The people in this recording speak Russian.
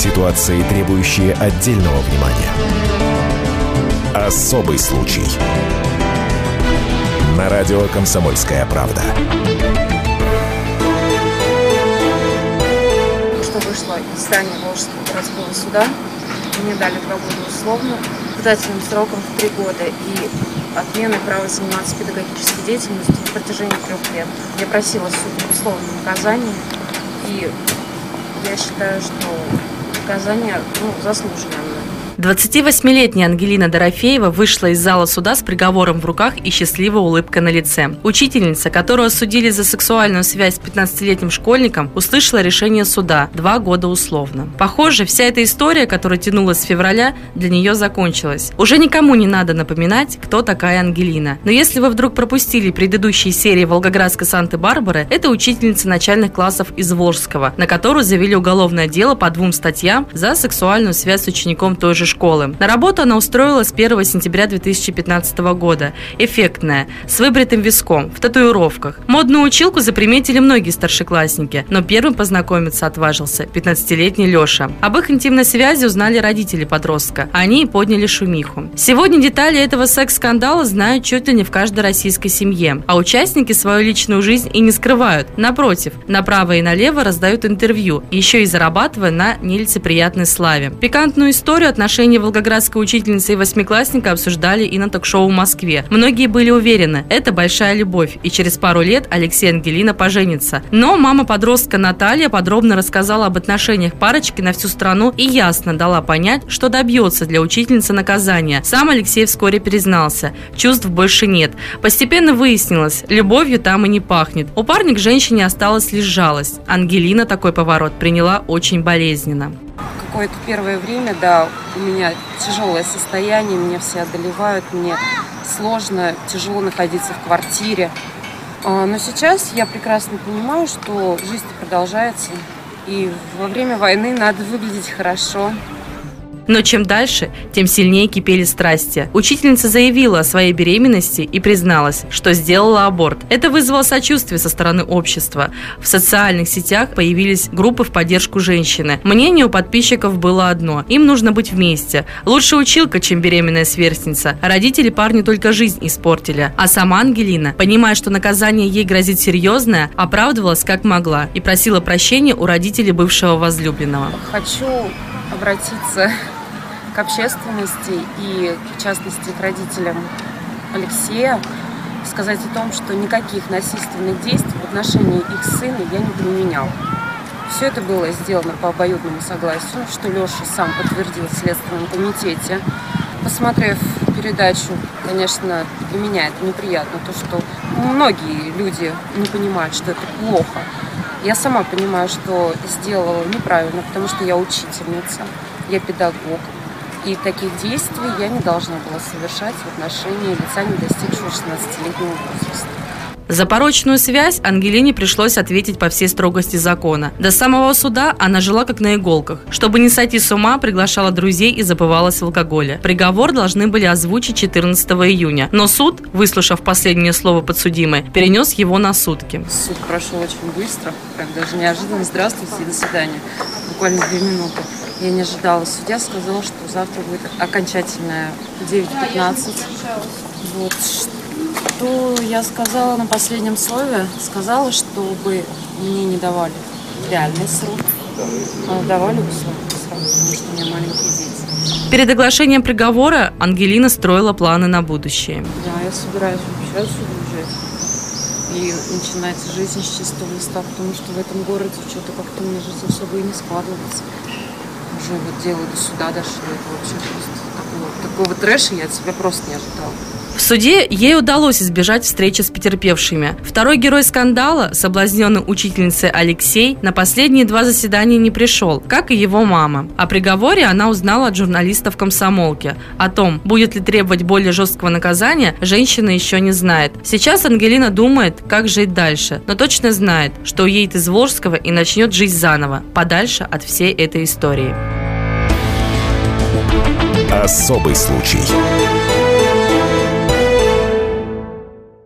Ситуации, требующие отдельного внимания. Особый случай. На радио «Комсомольская правда». Что вышло из здания Волжского городского суда. Мне дали 2 года условно, испытательным сроком в 3 года и отменой права заниматься педагогической деятельностью в протяжении 3 лет. Я просила суд условного наказания, и я считаю, что наказание заслуженное. 28-летняя Ангелина Дорофеева вышла из зала суда с приговором в руках и счастливой улыбкой на лице. Учительница, которую осудили за сексуальную связь с 15-летним школьником, услышала решение суда – 2 года условно. Похоже, вся эта история, которая тянулась с февраля, для нее закончилась. Уже никому не надо напоминать, кто такая Ангелина. Но если вы вдруг пропустили предыдущие серии Волгоградской Санты-Барбары, это учительница начальных классов из Волжского, на которую завели уголовное дело по 2 статьям за сексуальную связь с учеником той же школы. На работу она устроилась 1 сентября 2015 года. Эффектная, с выбритым виском, в татуировках. Модную училку заприметили многие старшеклассники, но первым познакомиться отважился 15-летний Леша. Об их интимной связи узнали родители подростка. Они и подняли шумиху. Сегодня детали этого секс-скандала знают чуть ли не в каждой российской семье. А участники свою личную жизнь и не скрывают. Напротив, направо и налево раздают интервью, еще и зарабатывая на нелицеприятной славе. Пикантную историю отношений волгоградской учительницы и 8-классника обсуждали и на ток-шоу в Москве. Многие были уверены, это большая любовь, и через пару лет Алексей и Ангелина поженятся. Но мама подростка Наталья подробно рассказала об отношениях парочки на всю страну и ясно дала понять, что добьется для учительницы наказания. Сам Алексей вскоре признался, чувств больше нет. Постепенно выяснилось, любовью там и не пахнет. У парня к женщине осталась лишь жалость. Ангелина такой поворот приняла очень болезненно. Какое-то первое время, у меня тяжелое состояние, меня все одолевают, мне сложно, тяжело находиться в квартире. Но сейчас я прекрасно понимаю, что жизнь продолжается, и во время войны надо выглядеть хорошо. Но чем дальше, тем сильнее кипели страсти. Учительница заявила о своей беременности и призналась, что сделала аборт. Это вызвало сочувствие со стороны общества. В социальных сетях появились группы в поддержку женщины. Мнение у подписчиков было одно – им нужно быть вместе. Лучше училка, чем беременная сверстница. Родители парню только жизнь испортили. А сама Ангелина, понимая, что наказание ей грозит серьезное, оправдывалась как могла и просила прощения у родителей бывшего возлюбленного. Хочу обратиться к общественности и, в частности, к родителям Алексея, сказать о том, что никаких насильственных действий в отношении их сына я не применял. Все это было сделано по обоюдному согласию, что Леша сам подтвердил в Следственном комитете. Посмотрев передачу, конечно, для меня это неприятно, то, что многие люди не понимают, что это плохо. Я сама понимаю, что сделала неправильно, потому что я учительница, я педагог. И таких действий я не должна была совершать в отношении лица, не достигшего 16-летнего возраста. За порочную связь Ангелине пришлось ответить по всей строгости закона. До самого суда она жила как на иголках. Чтобы не сойти с ума, приглашала друзей и забывалась в алкоголе. Приговор должны были озвучить 14 июня. Но суд, выслушав последнее слово подсудимой, перенес его на сутки. Суд прошел очень быстро, прям даже неожиданно. Здравствуйте и до свидания. Буквально 2 минуты. Я не ожидала. Судья сказал, что завтра будет окончательное 9:15. Что я сказала на последнем слове? Сказала, чтобы мне не давали реальный срок, а давали условный срок, потому что у меня маленькие дети. Перед оглашением приговора Ангелина строила планы на будущее. Да, я собираюсь вообще отсюда уезжать и начинать жизнь с чистого листа, потому что в этом городе что-то как-то мне жизнь особо и не складывается. Уже дело до суда дошло, это вообще просто такого трэша я от себя просто не ожидала. В суде ей удалось избежать встречи с потерпевшими. Второй герой скандала, соблазненный учительницей Алексей, на последние 2 заседания не пришел, как и его мама. О приговоре она узнала от журналистов комсомолки. О том, будет ли требовать более жесткого наказания, женщина еще не знает. Сейчас Ангелина думает, как жить дальше, но точно знает, что уедет из Волжского и начнет жизнь заново, подальше от всей этой истории. Особый случай.